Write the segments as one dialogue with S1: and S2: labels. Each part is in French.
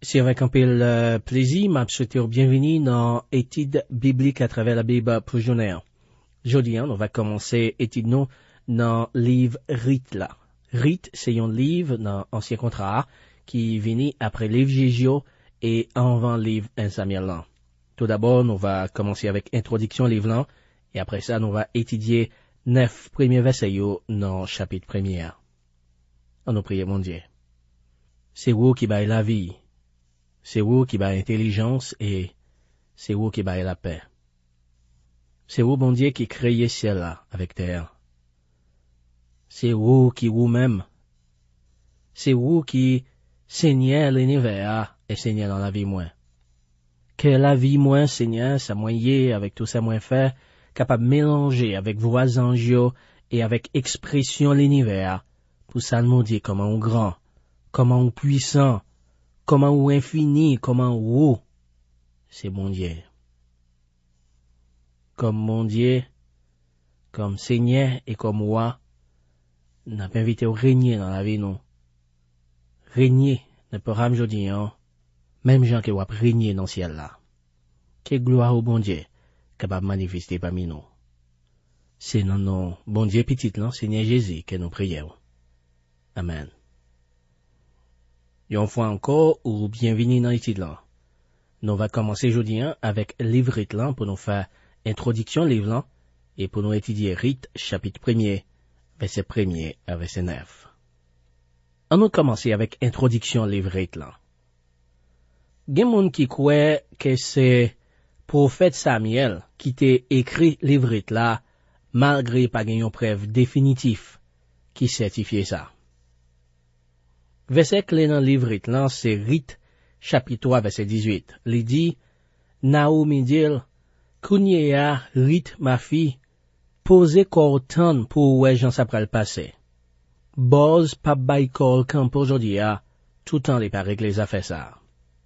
S1: C'est avec un peu de plaisir, m'a souhaité bienvenue dans étude biblique à travers la Bible pour journée. Aujourd'hui, on va commencer étude nous dans le livre Rite là. Rite, c'est un livre dans Ancien Contrat qui vient après le livre Jésus et avant le livre 1 Samuel là. Tout d'abord, on va commencer avec introduction au livre là et après ça, on va étudier 9 premiers versets dans le chapitre 1er. On nous prie, mon Dieu. C'est vous qui baille la vie. C'est vous qui baille l'intelligence et c'est vous qui baille la paix. C'est vous, bon Dieu, qui créez ciel là avec terre. C'est vous qui vous-même. C'est vous qui seignez l'univers et seignez dans la vie moins. Que la vie moins, Seigneur, ça moyen avec tout ça moins fait, capable de mélanger avec vos anges et avec expression l'univers, pour ça nous dire comment on grand, comment on puissant, comment on infini, comment on haut. C'est bon Dieu. Comme mon Dieu, comme Seigneur et comme roi, n'a pas invité à régner dans la vie, non. Régner, ne peut pas me dire, même gens qui vont régner dans le ciel là. Que gloire au bon Dieu, capable de manifester parmi nous. C'est dans nos bon Dieu petit là, Seigneur Jésus, que nous prions. Amen. Une fois encore, ou bienvenue dans l'étude là. Nous va commencer aujourd'hui avec livre Rite là pour nous faire introduction livre là et pour nous étudier Rite chapitre 1er, verset 1er à verset 9. On nous commencer avec introduction livre Rite là. Gen moun qui croit que c'est prophète Samuel qui t'a écrit livre Rite là malgré pas gen yon preuve définitive qui certifie ça. Verset clé dans livre Rite là c'est Rite chapitre 3 verset 18. Il dit Naomi dit Kounyea Rite ma fille posez corton pour ouais Jean ça pral passer. Boz pa bay kol camp aujourd'hui tout temps les paraît que les affaires ça.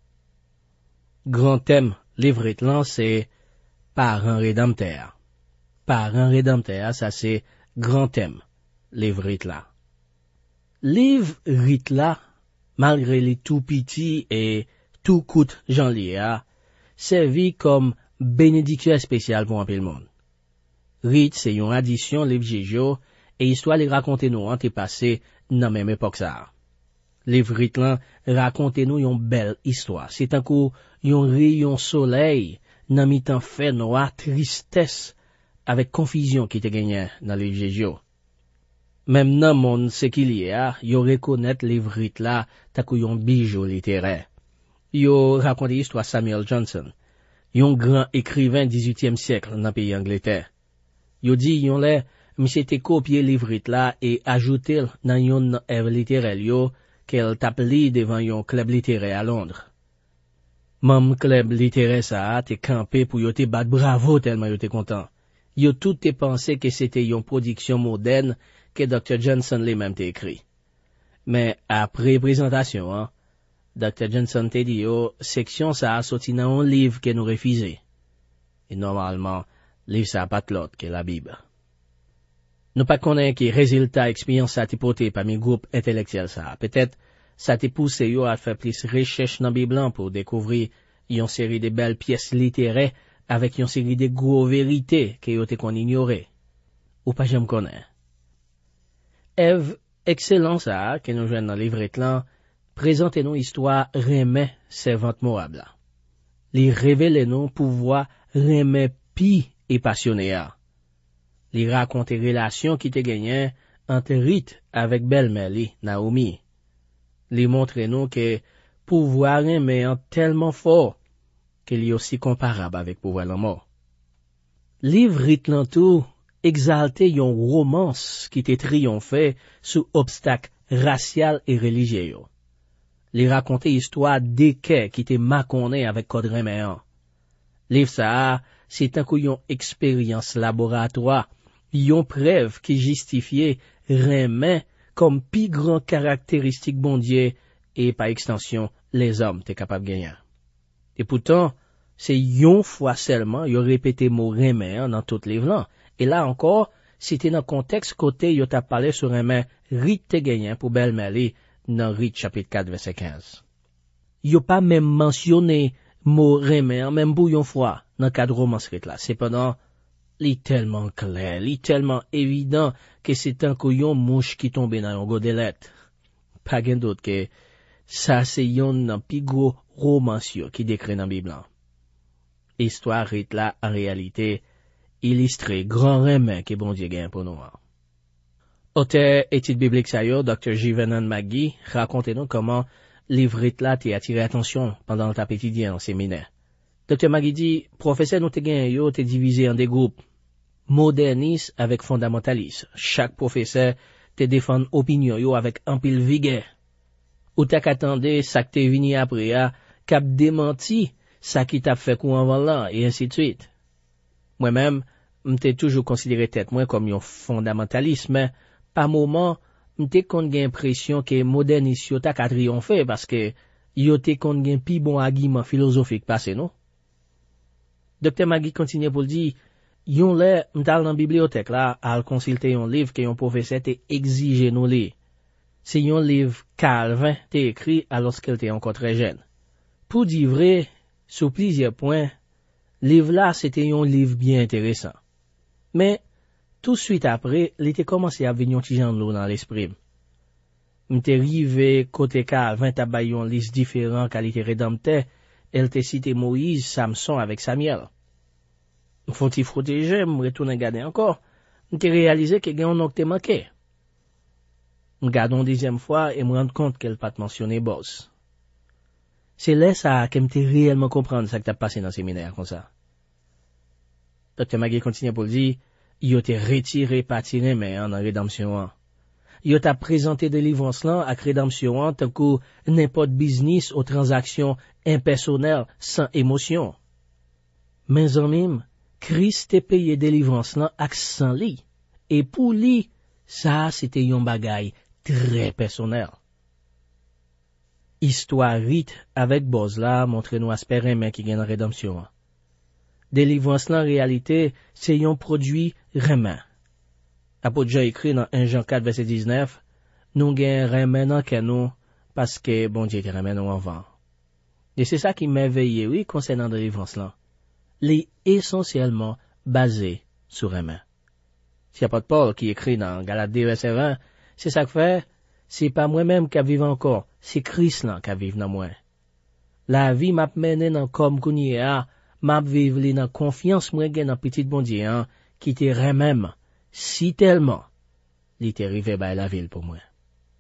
S1: Grand thème livre Rite là c'est parent rédempteur. Parent rédempteur ça c'est grand thème livre Rite là. Livre Rite là malgré les tout petits et tout coûte Jean Léa, servi comme bénédiction spéciale pour un peu le monde. Rite, c'est une addition livre Jésus et histoire les raconter nous antépassé dans même époque ça. Livre Rite là raconter nous une belle histoire. C'est un coup un rayon soleil dans mi-temps fait noir tristesse avec confusion qui te gagnait dans livre Jésus. Même dans monde ce qu'il y a, yo reconnaît livre Rite là ta yon bijou littéraire. Yo raconte l'histoire Samuel Johnson, yon grand écrivain 18e siècle dans pays Angleterre. Yo dit yon là monsieur te copié livre Rite là et ajouté dans yon œuvre littéraire yo qu'elle tape li devant yon club littéraire à Londres. Même club littéraire ça te campé pour yo te battre bravo tellement yo te content. Yo tout te pensé que c'était yon production moderne que Dr. Johnson lui-même t'a écrit. Mais après présentation, Dr. Johnson t'a dit, section ça a sorti dans un livre que nous refusé. Et normalement, livre ça a pas de l'autre que la Bible. Nous pas connaître que résultat expérience ça t'a porté par mes groupes intellectuels ça. Peut-être ça t'a poussé à faire plus recherche dans la Bible pour découvrir une série de belles pièces littéraires avec une série de gros vérités que yo te qu'on ignorait. Ou pas j'aime connaître. Ève, excellent ça, que nous jouons dans le livre Rite là, présentez-nous histoire remè servante Moab là. Li révèle-nous pouvoir remè pi et passionné à. Li raconte relation qui te gagnait entre Rite avec belle-mère li, Naomi. Li montre-nous que pouvoir remè est tellement fort qu'il est aussi comparable avec pouvoir la mort. Livre Rite là tout exalté yon romance qui te triomphé sous obstacle racial et religieux. Les raconter histoire d'équerre qui te maconné avec code reméant. Livre ça, c'est un coup yon expérience laboratoire, yon preuve qui justifiait remè comme pi grand caractéristique bon Dieu et par extension les hommes t'es capable de gagner. Et pourtant, c'est yon fois seulement yon répété mot remè dans tout livre là. Et là encore, c'était dans le contexte côté yo t'a parlé sur un main Rite te gagnant pour belle Mali dans Rite chapitre 4 verset 15. yo pas même mentionné mot remen, même pour yon fois, dans cadre romance là. Cependant, li tellement clair, li tellement évident que c'est un yon mouche qui tombe dans yon godelette. Pas gen d'autre que ça c'est yon nan pi gros romance qui décrit dans Bible. Histoire rit là en réalité illustré grand remen que bon Dieu gagne pour nous. Auteur étude biblique sa yo, Dr. J. Vernon McGee, raconte nous comment livre rit là t'est attiré attention pendant le tape étudiant en séminaire. Dr. McGee dit, professeur nous te gagne yo t'est divisé en des groupes. Modernistes avec fondamentalistes. Chaque professeur te défend opinion yo avec un pile vigueur. Ou t'as qu'attendre ça que t'es venu après a, cap démenti ça qui t'a fait coup avant là, et ainsi de suite. Moi-même, m'te toujours considéré tête moi comme un fondamentaliste, mais par moment, m'te kon gen impression que moderniste yo t'a qu'à triompher parce que yo te kon gen pi bon argument philosophique passé, non? Dr. Magui continue pour le dire, yon lè, m'tal dans bibliothèque là, al consulter un livre que yon professeur te exige nous lire. C'est yon livre Calvin te écrit alors qu'elle était encore très jeune. Pour dire vrai, sur plusieurs points, livre là c'était un livre bien intéressant. Mais tout de suite après, il était commencé à venir un petit genre de l'eau dans l'esprit. M'était rivé côté Calvin t'a bay une liste différente qualité rédempteur, elle te cité Moïse, Samson avec Samuel. Font-ils protéger, me retourne regarder encore. M'était réalisé que gen un octe manqué. M'garde une deuxième fois et me rendre compte qu'elle pas mentionné boss. C'est là ça que m'était réellement comprendre ça que t'as passé dans le séminaire comme ça. Dr. Magui continue pour le dire, yo te retiré parti remen en rédemption. Yo t'a présenté délivrance là avec rédemption tant que n'importe business ou transaction impersonnelle sans émotion. Mes amis, Christ te payé délivrance là avec sans li. Et pour lui, ça c'était yon bagay très personnel. Histoire rite avec Boz là montre nous aspect remen qui gagne rédemption. Délivrance là en réalité, c'est yon produit remen. Apôtre Jean écrit dans 1 Jean 4 verset 19, nous gagne remen nan que nous parce que bon Dieu te remen nous avant. Et c'est ça qui m'éveille oui concernant délivrance là. Les essentiellement basé sur remen. Si apôtre Paul qui écrit dans Galates 2 verset 20, c'est ça que fait, c'est pas moi-même qui vive encore, c'est Christ là qui vive dans moi. La vie m'a mené dans comme kounye a, m'a vivre li dans confiance moi gen dans petit bon Dieu hein, qui te remem si tellement li te arrivé by la ville pour moi.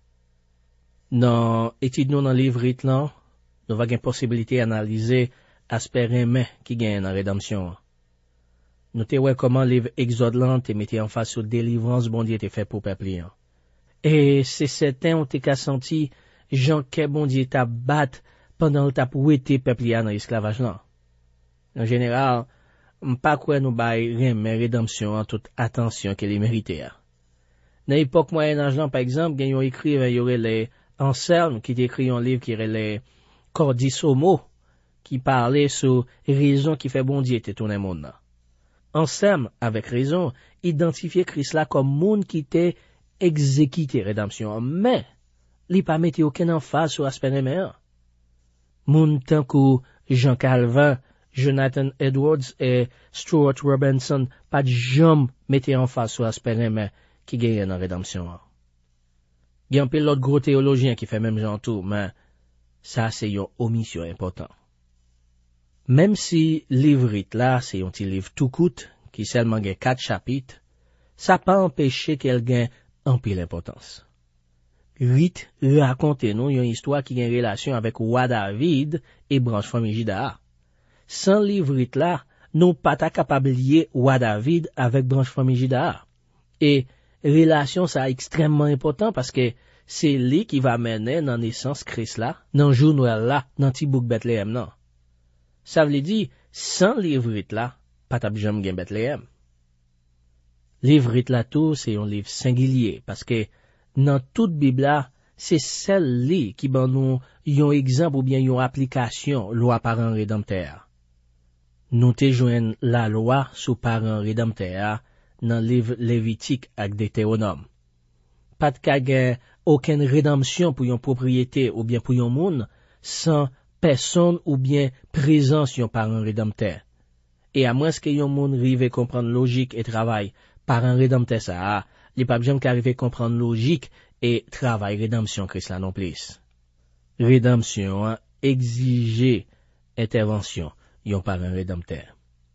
S1: Dans étude nous dans livre rit là, nous va gen possibilité analyser aspect remen qui gagne dans rédemption. Nous te wè comment livre Exode là te mette en face sur délivrance bon Dieu te fait pour peuple. Et c'est certain on te ka senti Jean que bon Dieu t'a bat pendant le t'a pouété peuple dans esclavage là. En général, m'pas quoi nous bay remen rédemption en toute attention qu'elle méritait. Dans l'époque Moyen-Âge là par exemple, gen yon écrivain y aurait les Anselme qui écrit un livre qui est les Cordis Homo qui parlait sur raison qui fait bon Dieu te tourner monde là. Anselme avec raison identifier Christ là comme monde qui t'est exécuté rédemption mais li pas mettre aucun emphase sur aspect remen. Moun tant que Jean Calvin, Jonathan Edwards et Stuart Robinson pas jamais mettre emphase sur aspect remen qui gagne dans rédemption. Il y a un peu l'autre gros théologien qui fait même genre tout, mais ça c'est une omission importante. Même si livre là c'est un petit livre tout court qui seulement gagne 4 chapitres, ça pas empêcher qu'elle gagne un peu l'importance. Rite raconte nous une histoire qui a une relation avec roi David et branche famille Juda. Sans livre là, nous pas capable lier roi David avec branche famille Juda. Et relation ça extrêmement important parce que c'est lui qui va mener dans naissance Christ là, dans jour Noël là, dans petit bouc Bethléem non. Ça veut dire sans livre là, pas t'a jamais gen Bethléem. Livre là tout c'est un livre singulier parce que dans toute Bible là, c'est celle-là qui ban nous yon exemple ou bien yon application loi parent rédempteur. Nous te joignent la loi sous parent rédempteur dans livre Lévitique avec Deutéronome. Pas de ka gen aucune rédemption pour yon propriété ou bien pour yon moun sans personne ou bien présence yon parent rédempteur. Et à moins que yon moun rive comprendre logique et travail parent rédempteur ça, li pa bjam qu'arrive comprendre logique et travail rédemption Christ là non plus. Rédemption exige intervention yon parent rédempteur.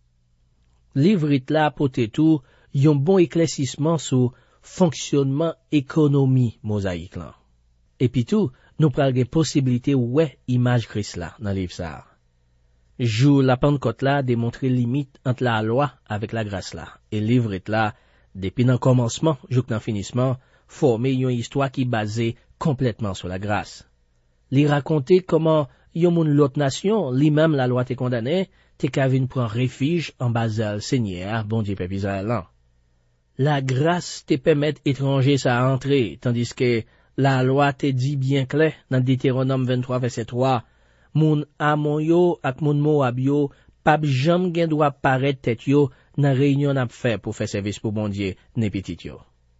S1: Livre là pote tout yon bon éclaircissement sur fonctionnement économie mosaïque là. Et puis tout, nous pral gen possibilité ouais image Christ là dans livre ça. Jou la Pentecôte là démontrer limite entre la loi avec la grâce là. Et livre là depuis dans commencement jusqu'à finissement former une histoire qui basée complètement sur la grâce. Li raconter comment yon moun l'autre nation, li même la loi te condamné, te kavin prend refuge en basal Seigneur, bon Dieu peuple Israël là. La grâce te permet étranger ça entrer, tandis que la loi te dit bien clair dans Deutéronome 23 verset 3, moun Amon yo ak moun Moab yo, pap jam gen doit paraître tête yo nan réunion n'a fait pour faire service pour bon Dieu ne petit yo.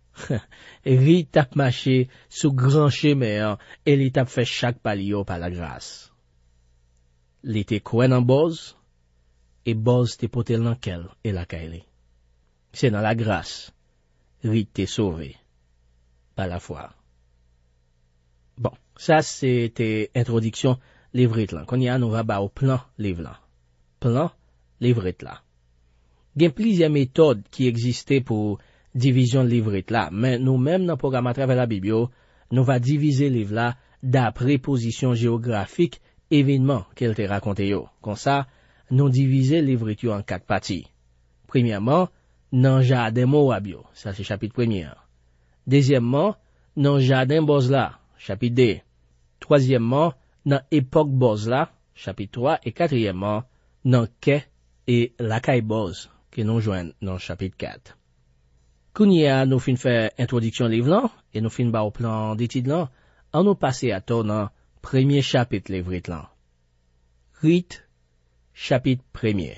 S1: Ri tap marché sous grand chemin et li tap fait chaque palio par la grâce. Li te kwen en boz, et boz te potel nan kel et la kaili. C'est dans la grâce, ri te sauvé par la foi. Bon, ça c'était introduction livret là. Qu'on y a nous va ba au plan livre là. Plan livret là. Il y a plusieurs méthodes qui existaient pour division livret là, mais nous-mêmes dans le programme à travers la Bible, nous va diviser livre là d'après position géographique événement qu'elle te raconté yo. Comme ça, nous diviser livret en 4 parties. Premièrement, dans jardin Moab yo, ça c'est chapitre 1er. Deuxièmement, dans jardin Bozla, chapitre 2. Troisièmement, dans époque Bozla, chapitre 3. Et quatrièmement, dans Quai et Lakay Boz, que nous joignent dans chapitre 4. Kounia nous fin faire introduction livre là, et nous fin ba au plan d'étude là, en nous passer à ton dans premier chapitre livre là. Rite, chapitre 1er.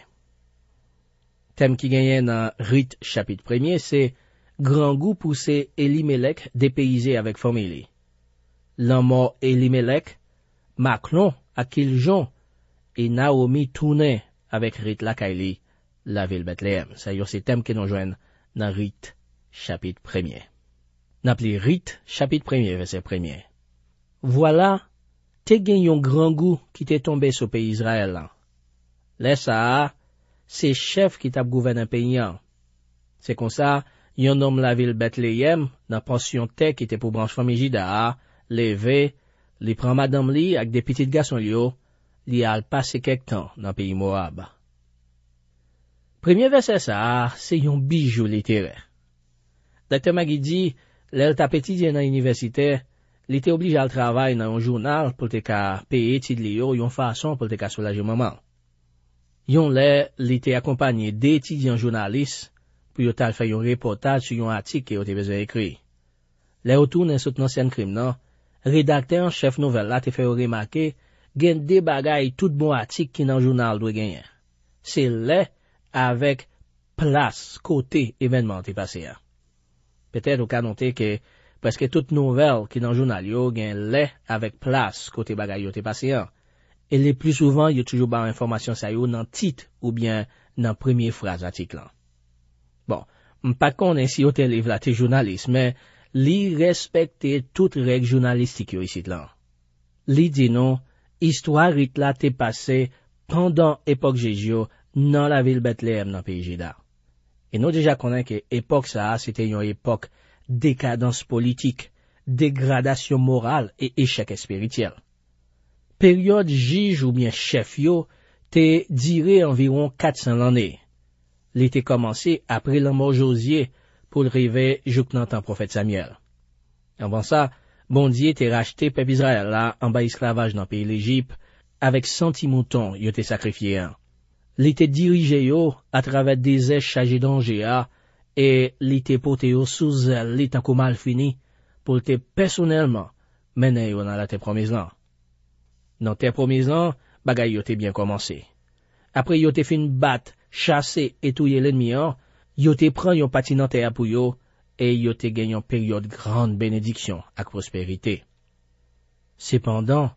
S1: Thème qui gagne dans Rite, chapitre 1er, c'est grand goût poussé Elimelech dépaysé avec famille. L'an mort Elimelech, Maclon à Kiljon, et Naomi tournait avec Rite Lakaili, la ville Bethléem. Ça y est, c'est thème que nous joignent dans Rite, chapitre 1er. N'appelez Rite, chapitre 1er, verset 1er. Voilà, te gen yon grand goût qui t'est tombé sur le pays Israël là. Laisse c'est chef qui t'a gouverné un pays. C'est comme ça, yon nomme la ville Bethléem, dans pension terre qui était pour branche famille Jida, levé, li prend madame li avec des petites garçons yo, li al passé quelque temps dans le pays Moab. Premier verset ça, c'est yon bijou littéraire. Dr. Magui dit, l'el t'a étudié dans l'université, li te obligé à travailler dans un journal pour te ka payer études li yo, yon façon pour te ka soulager maman. Yon li te accompagné d'étudiants journalistes pour yon tal fait yon reportage sur yon article que yon te besoin écrit. Le retourne sur l'ancien crime non, rédacteur en chef nouvelle là te fait remarquer gen des bagay tout bon article qui dans journal doit gagner. C'est là avec place côté événement te passé. Peut-être au cas noter que presque toute nouvelle qui dans journal yo gen là avec place côté bagay yo te passé. Et les plus souvent, il y a toujours pas information ça yo dans titre ou bien dans première phrase article. Bon, m'pas connais si yo te livre là te journaliste, mais li respecter toute règle journalistique yo ici là. Li dit non, histoire rit là te passé pendant époque Jésus dans la ville Bethléem dans pays Juda. Et nous déjà connaît que époque ça c'était une époque décadence politique, dégradation morale et échec spirituel. Période juge ou bien chef yo te duré environ 400 l'année. L'été commencé après la mort Josier pour le rêver jusqu'à temps prophète Samuel. Avant ça, bon Dieu te racheté peuple Israël là en bas esclavage dans le pays l'Égypte avec 100 moutons yo te sacrifié. L'été dirigé yo à travers des airs chargés d'danger et l'été porté yo sous l'état comme mal fini pour te personnellement mener yo dans la terre promise là. Dans terre promise là, bagay yo te bien commencé. Après yo te fin battre, chasser et touyer l'ennemi, yo te prend yon patinant terre pour yo et yo te gagne une période grande bénédiction ak prospérité. Cependant,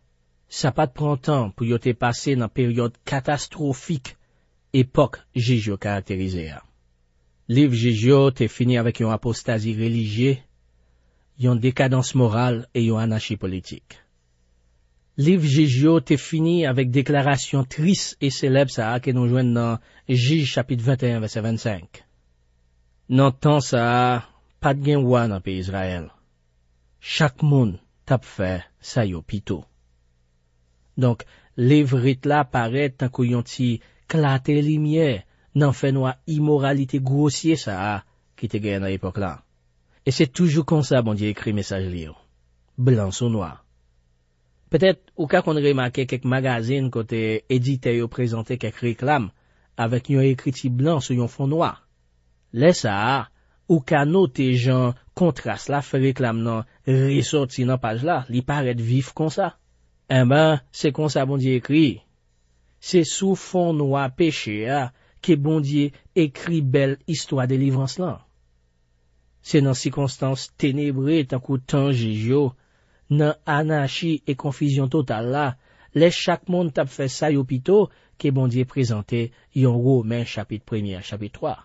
S1: ça pas de prend temps pour yo te passer dans période catastrophique époque Jijio caractérisée. Livre Jijio te fini avec une apostasie religieuse, une décadence morale et une anarchie politique. Livre Jijio te fini avec déclaration triste et célèbre ça que nous joignons dans Juge chapitre 21 verset 25. Dans temps ça, pas de gen roi dans pays Israël. Chaque monde t'a fait ça yo pito. Donc, livre là paraît tant qu'on yon ti clarté lumière dans fait noir immoralité grossier ça qui te gagne dans l'époque là. Et c'est toujours comme ça bon Dieu écrit message lire. Blanc sur noir. Peut-être ou ka qu'on remarqué quelques magazines côté éditeur yo présenté quelques réclames avec un écrit blanc sur un fond noir. Laisse ça ou ka noter gens contraste là fait réclame nan ressorti dans page là, li paraît vif comme ça. Eh ben, c'est comme ça bon Dieu écrit. C'est sous fond noir péché que bon Dieu écrit belle histoire de délivrance là. C'est dans circonstances ténébreuses tant que temps Jijio, dans anarchie et confusion totale là, les chaque monde t'a fait ça yo pito que bon Dieu présenté yon Romains chapitre 1er chapitre 3.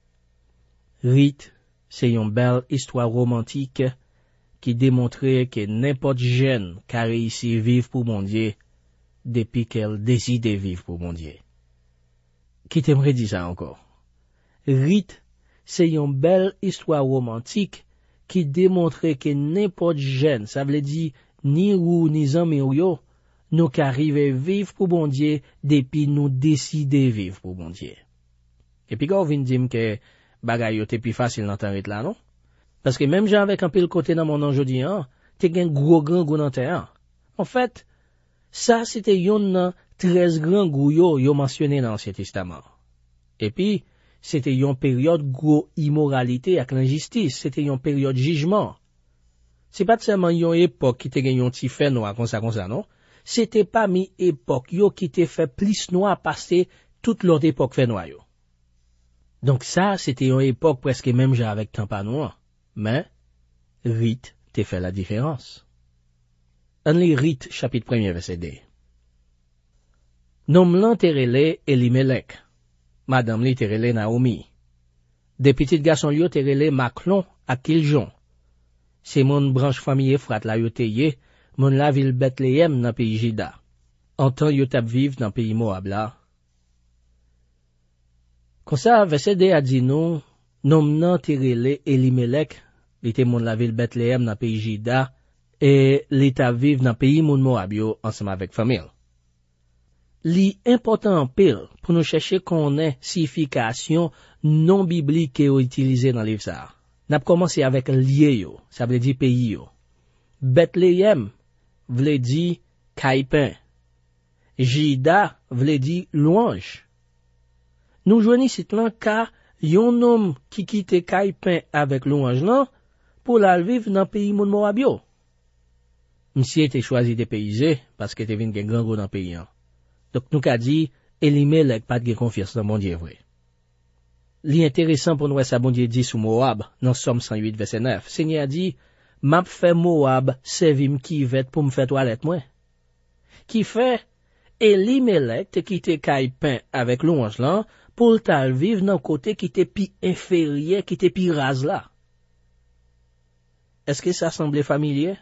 S1: Rite, c'est une belle histoire romantique qui démontrait que n'importe jeune qui a réussi à vivre pour mon Dieu depuis qu'elle décide de vivre pour mon Dieu. Qui t'aimerait dire ça encore? Rite, c'est une belle histoire romantique qui démontrait que n'importe jeune, ça veut dire ni ou ni zami ou yo, nous qu'arriver à vivre pour mon Dieu depuis nous décider de vivre pour mon Dieu. Et puis quand on vient dire que bagay yo te plus facile dans temps là, non? Parce que même j'ai avec un pile côté dans mon aujourd'hui, te gen gros grand goût dans terre. En fait, ça c'était yon 13 grands goût yo mentionné dans l'Ancien Testament. Et puis, c'était une période gros immoralité avec l'injustice, c'était une période jugement. C'est pas seulement une époque qui te gen yon ti fait noir comme ça, non? C'était pas mi époque yo qui te fait plus noir passer toute l'autre époque fait noir yo. Donc ça, c'était une époque presque même j'ai avec temps pas noir. Mais, rite te fait la différence. On lit rite chapitre 1er verset 2. Nom lan te rele Elimelech. Madame li te rele Naomi. Des petits garçons yo te rele Maclon à Kiljon. C'est mon branche famille frat la yo te ye, mon la ville Bethléem dans pays Juda. En temps yo tap vive dans pays Moab là. Comme ça, verset 2 a dit nous, nom nan te rele Elimelech, li te mon la ville Bethléem dans pays Juda, et li ta vive dans pays moun Moab yo ensemble avec famille. Li important en pile pour nous chercher qu'on ait signification non biblique qui est utilisée dans le livre ça. N'a commencé avec lié yo, ça veut dire pays yo. Bethléem veut dire caïpin. Juda veut dire louange. Nous joignons ici là car yon homme qui quitte caïpin avec louange là pour la vivre dans pays moun Moab yo. Monsieur était choisi de payser parce que te vinn gen grand gros dans pays. Donc nous qu'a dit Elimelech pas de confiance dans mon Dieu vrai. Li intéressant pour nous ça bon Dieu dit sur Moab dans Somme 108 verset 9. Seigneur dit m'a fait Moab servim qui vet pour me faire toilette moi. Qui fait Elimelech te quitte caïpin avec louange là pour ta vivre dans côté qui te pi inférieur qui te pi rase là. Est-ce que ça semble familier?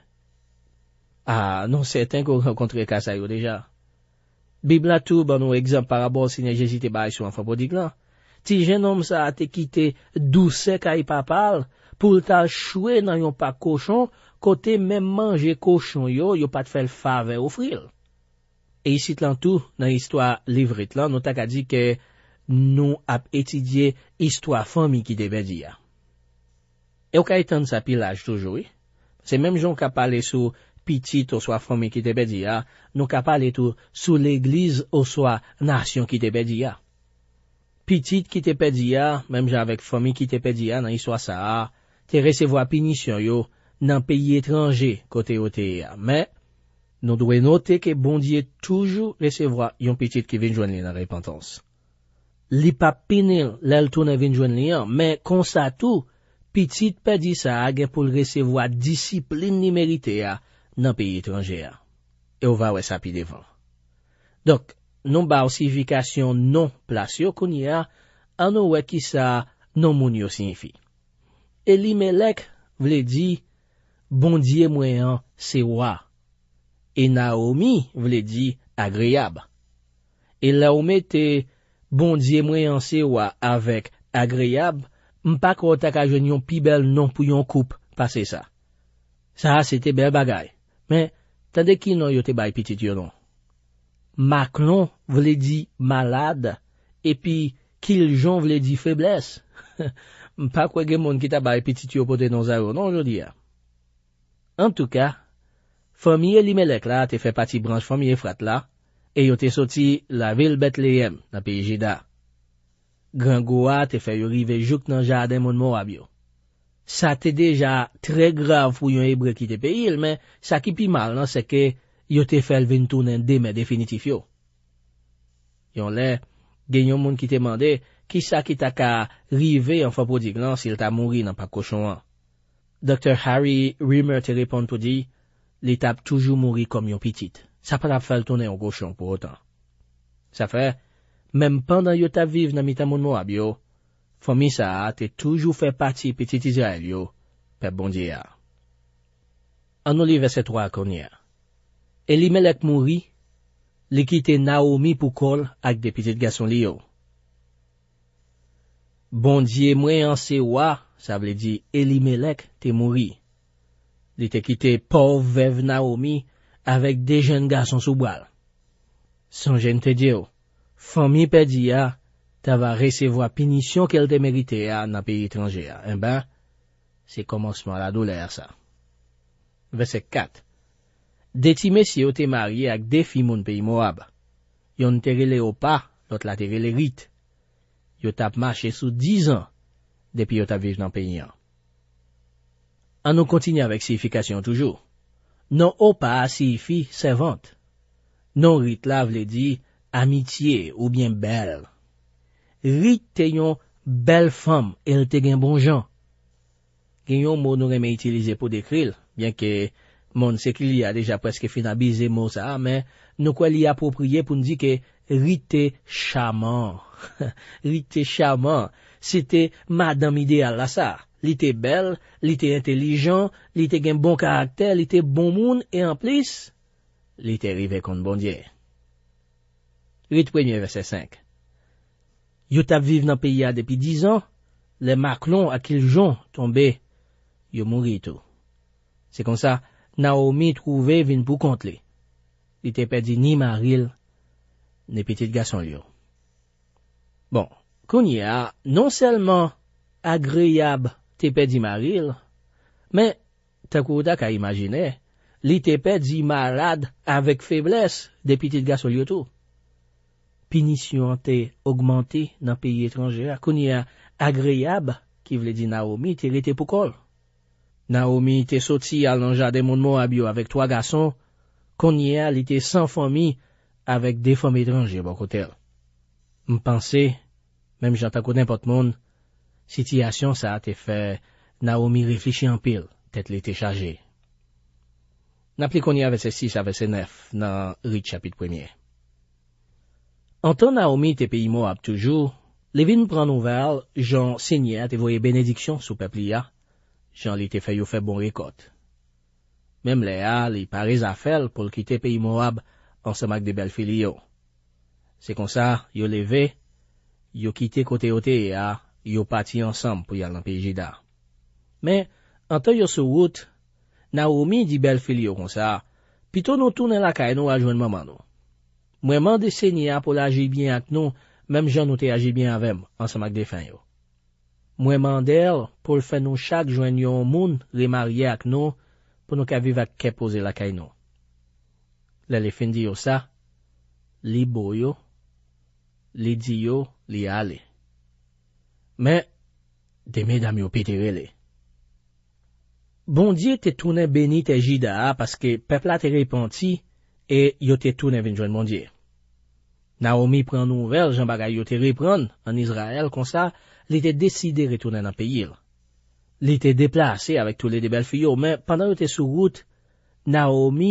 S1: Ah, non, certain qu'on rencontre cas ça yo déjà. Bible a tout bon nous exemple parabole Seigneur Jésus te bail sur enfant prodigue là. Ti jeune homme ça a te quitté douce kay papal pour ta chouer dans yon pas cochon côté même manger cochon yo pas te faire faveur offrir. Et ici là tout dans histoire livre là nous t'a dit que nous a étudié histoire famille qui devait dire. Et au cas étant ça pilage toujours oui. C'est même gens qui a parlé sur petit ou soit famille qui te bédia, nous ka parler tout sous l'église ou soit nation qui te bédia. Petit qui te bédia, même avec famille qui te bédia dans histoire ça, te recevoir punition yo dans pays étranger côté oté. Mais nous devons noter que bon Dieu toujours recevoir yon petit qui vient joindre dans repentance. Li pa pinil l'el tourne vient joindre mais comme ça tout petit pedi ça a pour recevoir discipline ni mérité dans pays étranger. et on va ouais ça pi devant. Donc, non ba signification non place yo kounya, an nou wè ki sa non moun yo signifie. Elimelek vle di, bon Dieu mwen c'est wa. Et Naomi vle di agréable. Et là ou mette bon Dieu mwen c'est wa avec agréable, m'pa ko ta ka jwenn yon pi bel non pou yon coupe passer ça. Ça c'était bel bagay. Mais tande ki non yo te bay petit yo non. Maclon vle di malade et puis Kiljon vle di faiblesse. M'pa kwa gen moun ki ta bay petit yo pote non zaro non jodi a. En tout cas, famille Elimelek la te fait partie branche famille Efrat la, et yo te sorti la ville Bethléem dans pays Juda. Grand Goa te fait yo rive jouk dans jardin moun Moab yo. Ça te déjà très grave pour yon hébreu qui te pays, mais ça qui pi mal non c'est que yo te fait vinn tourner demain définitif yo. Yon lè gen yon moun qui te mande qui ça qui ta ka rive enfant prodigue lan s'il ta mouri dans pas cochon an. Dr. Harry Rimmer te répond pour dire, l'étape toujours mourir comme yon petit. Ça pas la faire tourner en cochon pour autant. Ça fait, même pendant yo ta vive dans mitan moun Moab yo, famille ça a te toujours fait partie petit Israël yo, pep bon Dieu a. En nous livre verset 3 konye. Elimelek mouri, li kite Naomi pour kol ak de petit garçon li yo. Bon Dieu mwen an se wa, ça veut dire Elimelek te mouri. Li te quitté pauvre veuve Naomi avec des jeunes garçons sous bois. Son jeune te dit, famille pedi a, ta va recevoir punition qu'elle te mérité a dans pays étranger. Eh ben, c'est commencement la douleur ça. Verset 4. De ti messieurs te marié avec des filles moun pays Moab. Yon te rele Opa, l'autre la te rele Rit. Yo tap marché sous 10 ans depuis yo tap vive dans pays. On nous continue avec signification toujours. Non Opa signifie servante. Non Rit la vle di amitié ou bien belle. Rit te yon belle femme, elle te gen bon gens. Gen yon mot nous remet utiliser pour décrire, bien que mon sait qu'il y a déjà presque fin à biser mot ça, mais nous quoi l'y approprié pour nous dire que Rit te charmant. Rit te charmant. C'était madame idéale là ça. Li te belle, li te intelligent, li te gen bon caractère, li te bon moun, et en plus, li te rive kon bon Dieu. Rit premier verset 5. Yo tap vive nan pays a depuis 10 ans, les Maclon à Kiljon tombé, yo mouri tout. C'est comme ça, Naomi trouvé vin pour contre li. Li te perdi ni maril, ni petit garçon yo. Bon, konye a, non seulement agréable te perdi maril, mais ta kouda ka imagine, li te perdi malade avec faiblesse de petit garçon yo tout. Punition te augmenté dans pays étranger, konye a agréable qui vle di Naomi te rete pou kol. Naomi te sorti al nan jardin moun Moab yo avec 3 garçons, konye a li te sans famille avec des femmes étrangères bon côté. M'pense, même j'entends ko n'importe monde, situation ça a te fait Naomi réfléchir en pile, tête l'été chargée. N'appli konye verset 6 à verset 9 dans Rit chapitre 1er. En temps Naomi te pays Moab toujours, Levin prend nouvelle, Jean Seigneur te voye bénédiction sous peuple ya, Jean li te fait yo fait bon récolte. Même Léa li paré affaire pour quitter pays Moab ensemble avec de belles filles yo. C'est comme ça, yo levé, yo quitté côté oté ya, yo parti ensemble pour y aller dans pays Juda. Mais, en temps yo sur route, Naomi dit belle fille yo comme ça, plutôt nous tourner la caille nous à joindre maman nous. Moi mande Seigneur pour l'agir bien avec nous, même Jean nous te agi bien avec ensemble avec des fins yo. Moi mandel pour le faire nous chaque joindre yon moun remarié avec nous pour nous ka vivre avec ke poser la caille nous. Là les fin di yo ça, li bo yo, li di yo, li ale. Mais, des mesdames yo péterele. Bon Dieu te tourné béni te Jida parce que peuple a te repenti et yo te tourné vin joindre mon Dieu. Naomi prend nouvelle, Jean bagay yo te reprendre en Israël comme ça, li te décidé retourner dans pays. Li te déplacé avec tous les belles filles, mais pendant yo te sur route, Naomi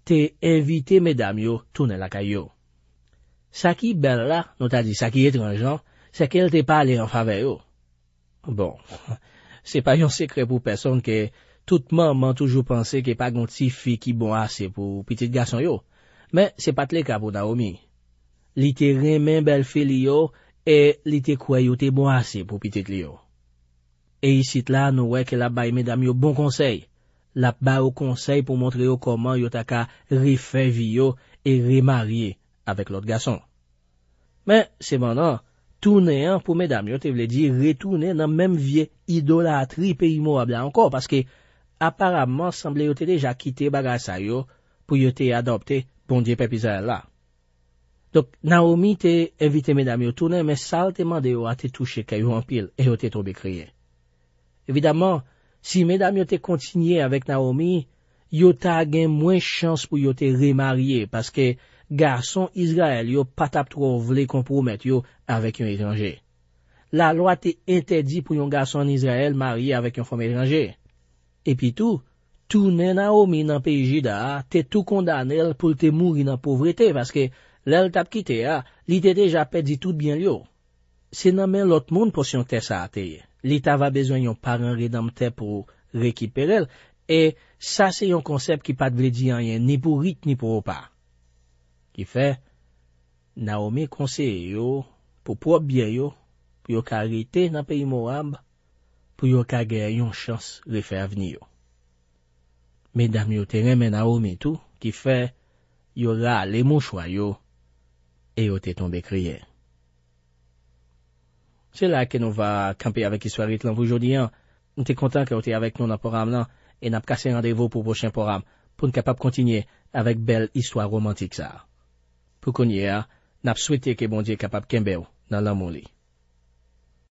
S1: te invité mesdames yo tourner la caillou. Ça qui belle là, nous t'a dit ça qui étrange, c'est qu'elle t'est pas allé en faveur yo. Bon, c'est pas un secret pour personne que toute maman toujours pensé que pas gon ti fille qui bon assez pour petit garçon yo. Mais c'est pas le cas pour Naomi. Li te remen belle fille yo et li te croit yo te bon assez pour petit li yo. Et ici là nous ouais que la baille mesdames yo bon conseil. La ba au conseil pour montrer yo comment yo ta ka refaire vie yo et remarier avec l'autre garçon. Mais c'est maintenant tourner pour mesdames yo te vle dire retourner dans même vieux idolâtrie pays Moab là encore parce que apparemment semble yo te déjà quitté bagage ça yo pour yo te adopter bon Dieu peuple Israël là. Donc Naomi te invité mesdames yo tourner mais ça te demandé yo a te toucher caillou en pile et yo te tombé crier. Évidemment, si mesdames yo te continuer avec Naomi, yo ta gen moins chance pour yo te remarier parce que garçon Israël yo pas tap trop vle compromettre yo avec un étranger. La loi te interdit pour un garçon en Israël marié avec une femme étrangère. Et puis tout Naomi dans pays Juda te tout condamné pour te mourir dans pauvreté parce que l'elle t'a quitté li te déjà perdu tout bien yo. C'est nan men l'autre monde pour si on te ça te. L'État va besoin yon parent rédempteur pour récupérer et ça c'est un concept qui pas de dire rien ni pour rit ni pour repas. Qui fait Naomi conseille yo pour propre bien yo pour yo ka rete dans pays Moab pour yo ka gagner yon chance refaire avenir yo. Mesdames yo te remen Naomi tout qui fait yo ra les mouchoir yo et yo te tombe crier. C'est là que nous va camper avec Histoire Ritlan pour aujourd'hui. Nous sommes contents que vous êtes avec nous dans le programme là et nous avons cassé rendez-vous pour le prochain programme pour nous capable continuer avec belle histoire romantique ça. Pour qu'on y ait, nous avons souhaité que bon Dieu capable de dans l'amour.